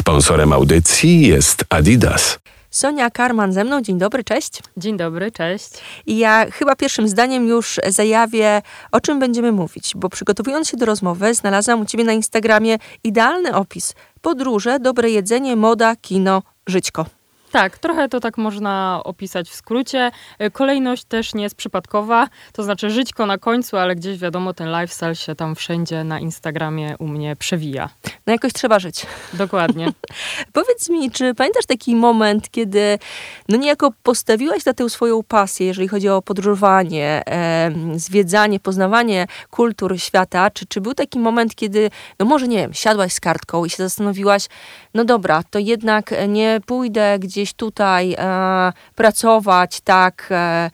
Sponsorem audycji jest Adidas. Sonia Karman ze mną. Dzień dobry, cześć. Dzień dobry, cześć. I ja chyba pierwszym zdaniem już zajawię, o czym będziemy mówić, bo przygotowując się do rozmowy, znalazłam u ciebie na Instagramie idealny opis. Podróże, dobre jedzenie, moda, kino, żyćko. Tak, trochę to tak można opisać w skrócie. Kolejność też nie jest przypadkowa, to znaczy żyćko na końcu, ale gdzieś wiadomo, ten lifestyle się tam wszędzie na Instagramie u mnie przewija. No jakoś trzeba żyć. Dokładnie. Powiedz mi, czy pamiętasz taki moment, kiedy niejako postawiłaś na tę swoją pasję, jeżeli chodzi o podróżowanie, zwiedzanie, poznawanie kultur świata? Czy był taki moment, kiedy, może nie wiem, siadłaś z kartką i się zastanowiłaś, no dobra, to jednak nie pójdę gdzieś tutaj pracować tak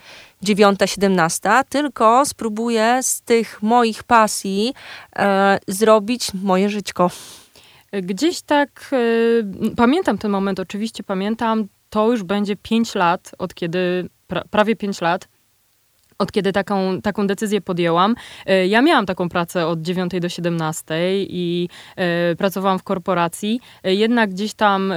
9-17, tylko spróbuję z tych moich pasji zrobić moje żyćko. Gdzieś tak, pamiętam ten moment, oczywiście pamiętam, to już będzie 5 lat, od kiedy, prawie 5 lat, od kiedy taką decyzję podjęłam. Ja miałam taką pracę od 9 do 17 i pracowałam w korporacji. Jednak gdzieś tam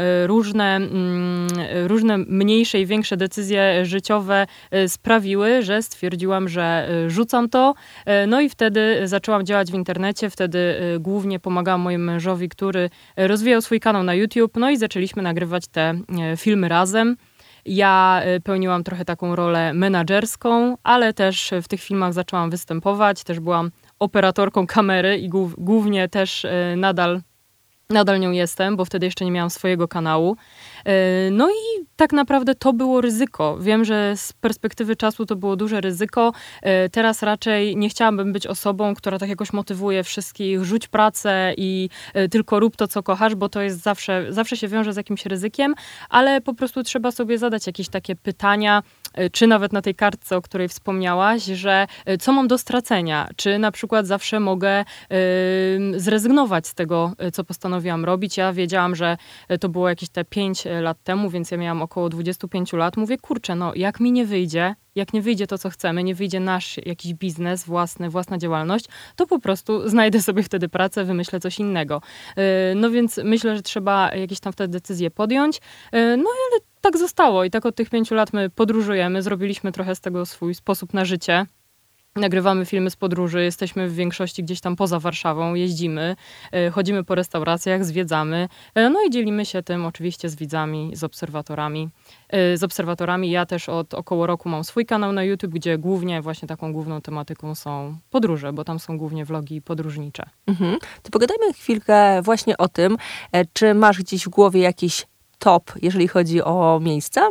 różne mniejsze i większe decyzje życiowe sprawiły, że stwierdziłam, że rzucam to. No i wtedy zaczęłam działać w internecie. Wtedy głównie pomagałam mojemu mężowi, który rozwijał swój kanał na YouTube. No i zaczęliśmy nagrywać te filmy razem. Ja pełniłam trochę taką rolę menadżerską, ale też w tych filmach zaczęłam występować. Też byłam operatorką kamery i głównie też nadal nią jestem, bo wtedy jeszcze nie miałam swojego kanału. No i tak naprawdę to było ryzyko. Wiem, że z perspektywy czasu to było duże ryzyko. Teraz raczej nie chciałabym być osobą, która tak jakoś motywuje wszystkich, rzuć pracę i tylko rób to, co kochasz, bo to jest zawsze się wiąże z jakimś ryzykiem, ale po prostu trzeba sobie zadać jakieś takie pytania, czy nawet na tej kartce, o której wspomniałaś, że co mam do stracenia? Czy na przykład zawsze mogę zrezygnować z tego, co postanowiłam robić? Ja wiedziałam, że to było jakieś te 5 lat temu, więc ja miałam około 25 lat. Mówię, kurczę, jak mi nie wyjdzie, jak nie wyjdzie to, co chcemy, nie wyjdzie nasz jakiś biznes własna działalność, to po prostu znajdę sobie wtedy pracę, wymyślę coś innego. No więc myślę, że trzeba jakieś tam wtedy decyzje podjąć. No ale tak zostało i tak od tych 5 lat my podróżujemy, zrobiliśmy trochę z tego swój sposób na życie. Nagrywamy filmy z podróży, jesteśmy w większości gdzieś tam poza Warszawą, jeździmy, chodzimy po restauracjach, zwiedzamy, no i dzielimy się tym oczywiście z widzami, z obserwatorami. Ja też od około roku mam swój kanał na YouTube, gdzie głównie właśnie taką główną tematyką są podróże, bo tam są głównie vlogi podróżnicze. To pogadajmy chwilkę właśnie o tym, czy masz gdzieś w głowie jakiś top, jeżeli chodzi o miejsca?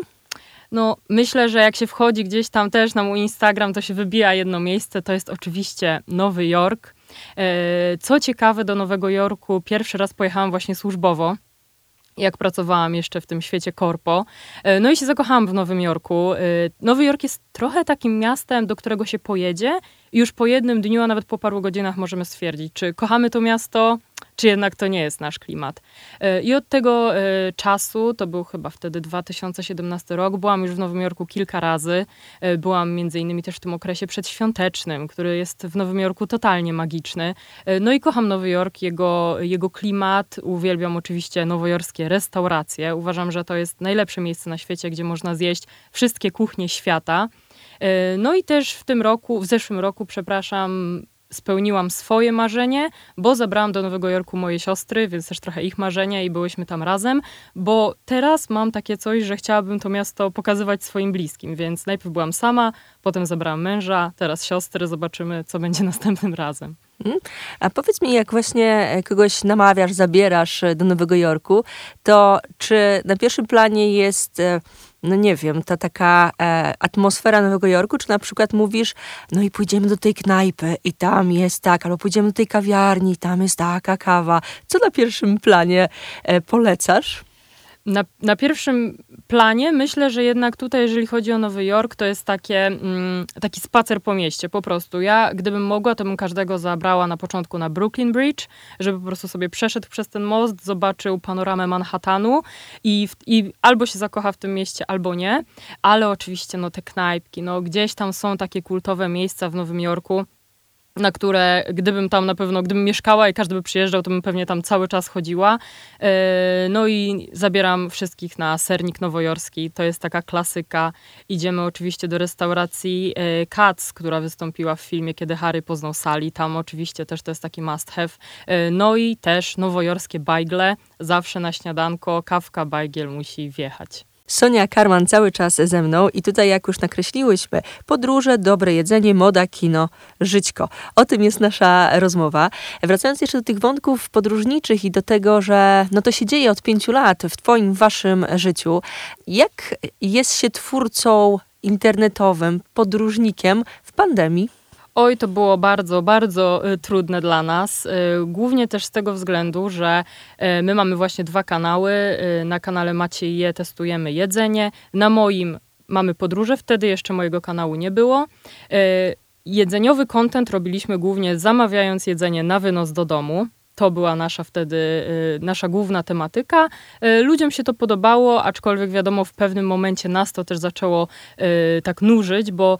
Myślę, że jak się wchodzi gdzieś tam też na mój Instagram, to się wybija jedno miejsce, to jest oczywiście Nowy Jork. Co ciekawe, do Nowego Jorku pierwszy raz pojechałam właśnie służbowo, jak pracowałam jeszcze w tym świecie korpo. No i się zakochałam w Nowym Jorku. Nowy Jork jest trochę takim miastem, do którego się pojedzie i już po jednym dniu, a nawet po paru godzinach możemy stwierdzić, czy kochamy to miasto, czy jednak to nie jest nasz klimat. I od tego czasu, to był chyba wtedy 2017 rok, byłam już w Nowym Jorku kilka razy. Byłam między innymi też w tym okresie przedświątecznym, który jest w Nowym Jorku totalnie magiczny. No i kocham Nowy Jork, jego klimat. Uwielbiam oczywiście nowojorskie restauracje. Uważam, że to jest najlepsze miejsce na świecie, gdzie można zjeść wszystkie kuchnie świata. No i też w zeszłym roku, spełniłam swoje marzenie, bo zabrałam do Nowego Jorku moje siostry, więc też trochę ich marzenia i byłyśmy tam razem, bo teraz mam takie coś, że chciałabym to miasto pokazywać swoim bliskim, więc najpierw byłam sama, potem zabrałam męża, teraz siostry, zobaczymy, co będzie następnym razem. A powiedz mi, jak właśnie kogoś namawiasz, zabierasz do Nowego Jorku, to czy na pierwszym planie jest, nie wiem, ta taka atmosfera Nowego Jorku, czy na przykład mówisz, i pójdziemy do tej knajpy i tam jest tak, albo pójdziemy do tej kawiarni i tam jest taka kawa. Co na pierwszym planie polecasz? Na pierwszym planie myślę, że jednak tutaj, jeżeli chodzi o Nowy Jork, to jest taki spacer po mieście, po prostu. Ja, gdybym mogła, to bym każdego zabrała na początku na Brooklyn Bridge, żeby po prostu sobie przeszedł przez ten most, zobaczył panoramę Manhattanu i albo się zakocha w tym mieście, albo nie. Ale oczywiście te knajpki, gdzieś tam są takie kultowe miejsca w Nowym Jorku. na które gdybym tam na pewno, gdybym mieszkała i każdy by przyjeżdżał, to bym pewnie tam cały czas chodziła. No i zabieram wszystkich na sernik nowojorski. To jest taka klasyka. Idziemy oczywiście do restauracji Katz, która wystąpiła w filmie Kiedy Harry poznał Sally. Tam oczywiście też to jest taki must have. No i też nowojorskie bajgle. Zawsze na śniadanko kawka bajgiel musi wjechać. Sonia Karman cały czas ze mną i tutaj jak już nakreśliłyśmy, podróże, dobre jedzenie, moda, kino, żyćko. O tym jest nasza rozmowa. Wracając jeszcze do tych wątków podróżniczych i do tego, że no to się dzieje od 5 lat w twoim, waszym życiu. Jak jest się twórcą internetowym, podróżnikiem w pandemii? Oj, to było bardzo, bardzo trudne dla nas. Głównie też z tego względu, że my mamy właśnie 2 kanały. Na kanale Maciej Je testujemy jedzenie. Na moim mamy podróże, wtedy jeszcze mojego kanału nie było. Jedzeniowy content robiliśmy głównie zamawiając jedzenie na wynos do domu. To była nasza wtedy, nasza główna tematyka. Ludziom się to podobało, aczkolwiek wiadomo, w pewnym momencie nas to też zaczęło tak nużyć, bo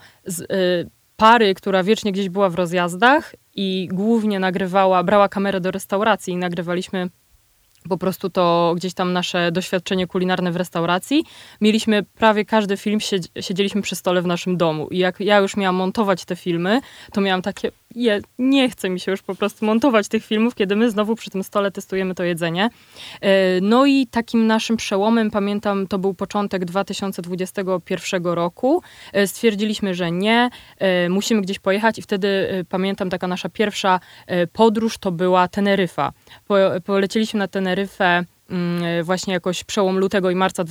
pary, która wiecznie gdzieś była w rozjazdach i głównie brała kamerę do restauracji i nagrywaliśmy po prostu to gdzieś tam nasze doświadczenie kulinarne w restauracji. Mieliśmy prawie każdy film, siedzieliśmy przy stole w naszym domu. I jak ja już miałam montować te filmy, to miałam takie, nie chce mi się już po prostu montować tych filmów, kiedy my znowu przy tym stole testujemy to jedzenie. No i takim naszym przełomem, pamiętam, to był początek 2021 roku. Stwierdziliśmy, że nie, musimy gdzieś pojechać i wtedy pamiętam, taka nasza pierwsza podróż to była Teneryfa. Polecieliśmy na Teneryfę właśnie jakoś przełom lutego i marca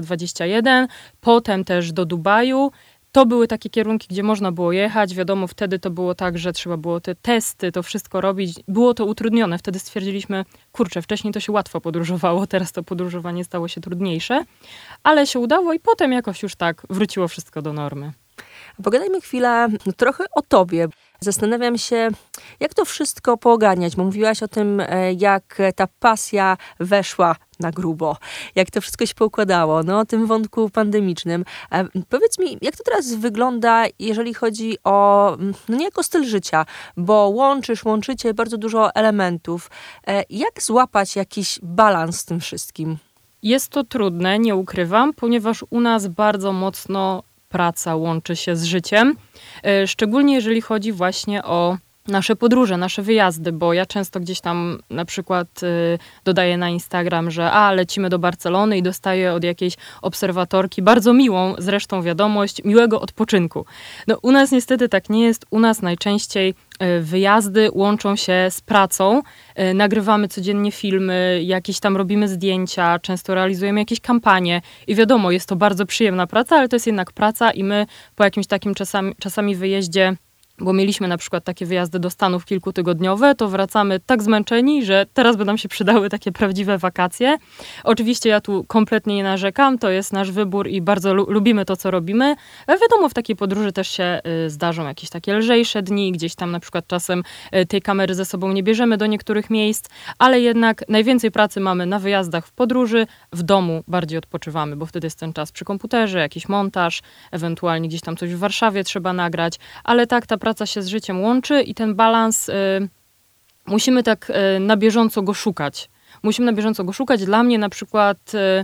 2021, potem też do Dubaju. To były takie kierunki, gdzie można było jechać. Wiadomo, wtedy to było tak, że trzeba było te testy, to wszystko robić. Było to utrudnione. Wtedy stwierdziliśmy, kurczę, wcześniej to się łatwo podróżowało, teraz to podróżowanie stało się trudniejsze. Ale się udało i potem jakoś już tak wróciło wszystko do normy. Pogadajmy chwilę trochę o tobie. Zastanawiam się, jak to wszystko poogarniać, bo mówiłaś o tym, jak ta pasja weszła na grubo, jak to wszystko się poukładało, no o tym wątku pandemicznym. Powiedz mi, jak to teraz wygląda, jeżeli chodzi o, no niejako styl życia, bo łączycie bardzo dużo elementów. Jak złapać jakiś balans z tym wszystkim? Jest to trudne, nie ukrywam, ponieważ u nas bardzo mocno praca łączy się z życiem, szczególnie jeżeli chodzi właśnie o nasze podróże, nasze wyjazdy, bo ja często gdzieś tam na przykład dodaję na Instagram, że lecimy do Barcelony i dostaję od jakiejś obserwatorki bardzo miłą zresztą wiadomość, miłego odpoczynku. No u nas niestety tak nie jest, u nas najczęściej wyjazdy łączą się z pracą, nagrywamy codziennie filmy, jakieś tam robimy zdjęcia, często realizujemy jakieś kampanie i wiadomo, jest to bardzo przyjemna praca, ale to jest jednak praca i my po jakimś takim czasami wyjeździe, bo mieliśmy na przykład takie wyjazdy do Stanów kilkutygodniowe, to wracamy tak zmęczeni, że teraz by nam się przydały takie prawdziwe wakacje. Oczywiście ja tu kompletnie nie narzekam, to jest nasz wybór i bardzo lubimy to, co robimy. Ale wiadomo, w takiej podróży też się zdarzą jakieś takie lżejsze dni, gdzieś tam na przykład czasem tej kamery ze sobą nie bierzemy do niektórych miejsc, ale jednak najwięcej pracy mamy na wyjazdach w podróży, w domu bardziej odpoczywamy, bo wtedy jest ten czas przy komputerze, jakiś montaż, ewentualnie gdzieś tam coś w Warszawie trzeba nagrać, ale tak, ta praca się z życiem łączy i ten balans musimy tak na bieżąco go szukać. Dla mnie na przykład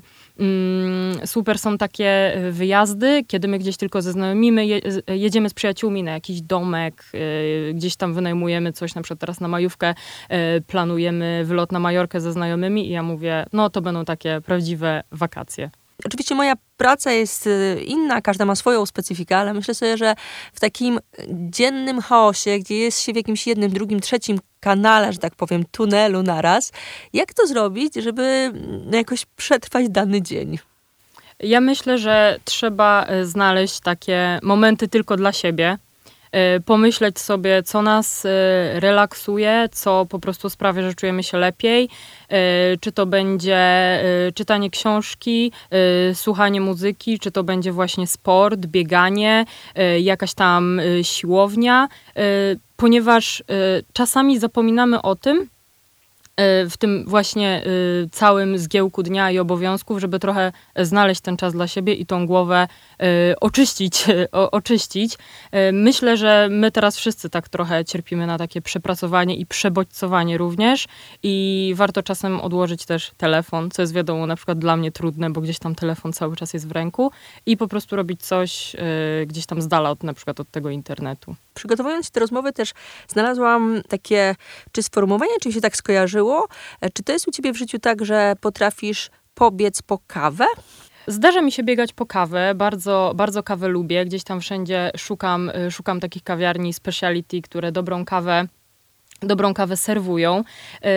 super są takie wyjazdy, kiedy my gdzieś tylko ze znajomymi jedziemy z przyjaciółmi na jakiś domek, gdzieś tam wynajmujemy coś, na przykład teraz na majówkę planujemy wylot na Majorkę ze znajomymi i ja mówię, no to będą takie prawdziwe wakacje. Oczywiście moja praca jest inna, każda ma swoją specyfikę, ale myślę sobie, że w takim dziennym chaosie, gdzie jest się w jakimś jednym, drugim, trzecim kanale, że tak powiem, tunelu naraz, jak to zrobić, żeby jakoś przetrwać dany dzień? Ja myślę, że trzeba znaleźć takie momenty tylko dla siebie, pomyśleć sobie, co nas relaksuje, co po prostu sprawia, że czujemy się lepiej. Czy to będzie czytanie książki, słuchanie muzyki, czy to będzie właśnie sport, bieganie, jakaś tam siłownia, ponieważ czasami zapominamy o tym, w tym właśnie całym zgiełku dnia i obowiązków, żeby trochę znaleźć ten czas dla siebie i tą głowę oczyścić. Myślę, że my teraz wszyscy tak trochę cierpimy na takie przepracowanie i przebodźcowanie również i warto czasem odłożyć też telefon, co jest wiadomo na przykład dla mnie trudne, bo gdzieś tam telefon cały czas jest w ręku i po prostu robić coś gdzieś tam z dala na przykład od tego internetu. Przygotowując się do rozmowy też znalazłam takie, czy sformułowanie, czy mi się tak skojarzyło, czy to jest u ciebie w życiu tak, że potrafisz pobiec po kawę? Zdarza mi się biegać po kawę, bardzo, bardzo kawę lubię. Gdzieś tam wszędzie szukam takich kawiarni speciality, które dobrą kawę serwują.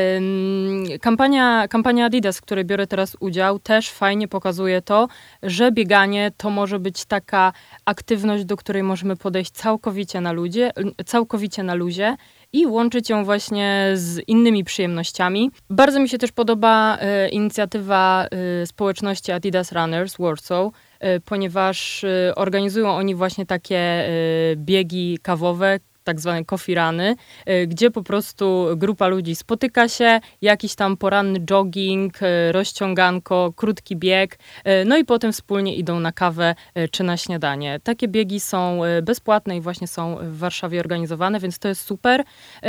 Kampania Adidas, w której biorę teraz udział, też fajnie pokazuje to, że bieganie to może być taka aktywność, do której możemy podejść całkowicie na luzie i łączyć ją właśnie z innymi przyjemnościami. Bardzo mi się też podoba inicjatywa społeczności Adidas Runners Warsaw, ponieważ organizują oni właśnie takie biegi kawowe, tak zwane coffee runy, gdzie po prostu grupa ludzi spotyka się, jakiś tam poranny jogging, rozciąganko, krótki bieg, no i potem wspólnie idą na kawę czy na śniadanie. Takie biegi są bezpłatne i właśnie są w Warszawie organizowane, więc to jest super.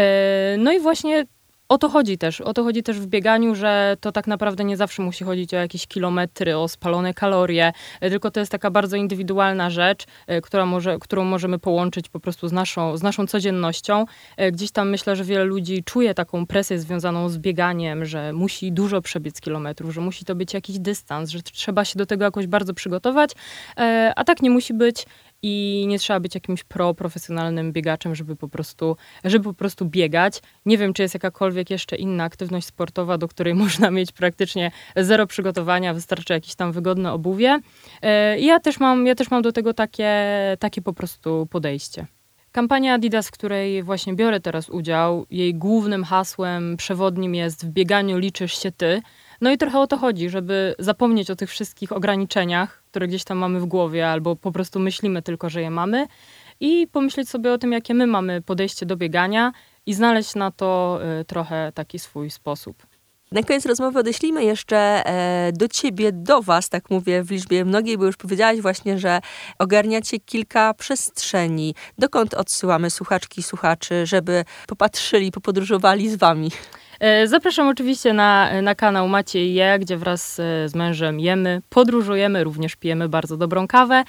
No i właśnie o to chodzi też w bieganiu, że to tak naprawdę nie zawsze musi chodzić o jakieś kilometry, o spalone kalorie, tylko to jest taka bardzo indywidualna rzecz, którą możemy połączyć po prostu z naszą codziennością. Gdzieś tam myślę, że wiele ludzi czuje taką presję związaną z bieganiem, że musi dużo przebiec kilometrów, że musi to być jakiś dystans, że trzeba się do tego jakoś bardzo przygotować, a tak nie musi być. I nie trzeba być jakimś profesjonalnym biegaczem, żeby po prostu biegać. Nie wiem, czy jest jakakolwiek jeszcze inna aktywność sportowa, do której można mieć praktycznie zero przygotowania, wystarczy jakieś tam wygodne obuwie. Ja też mam do tego takie po prostu podejście. Kampania Adidas, w której właśnie biorę teraz udział, jej głównym hasłem przewodnim jest: w bieganiu liczysz się ty. No i trochę o to chodzi, żeby zapomnieć o tych wszystkich ograniczeniach, które gdzieś tam mamy w głowie, albo po prostu myślimy tylko, że je mamy i pomyśleć sobie o tym, jakie my mamy podejście do biegania i znaleźć na to trochę taki swój sposób. Na koniec rozmowy odeślijmy jeszcze do ciebie, do was, tak mówię w liczbie mnogiej, bo już powiedziałaś właśnie, że ogarniacie kilka przestrzeni. Dokąd odsyłamy słuchaczki i słuchaczy, żeby popatrzyli, popodróżowali z wami? Zapraszam oczywiście na kanał Maciej Je, gdzie wraz z mężem jemy, podróżujemy, również pijemy bardzo dobrą kawę.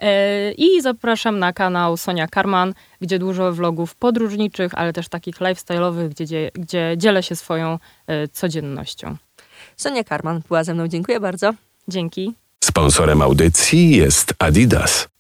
I zapraszam na kanał Sonia Karman, gdzie dużo vlogów podróżniczych, ale też takich lifestyle'owych, gdzie dzielę się swoją codziennością. Sonia Karman była ze mną. Dziękuję bardzo. Dzięki. Sponsorem audycji jest Adidas.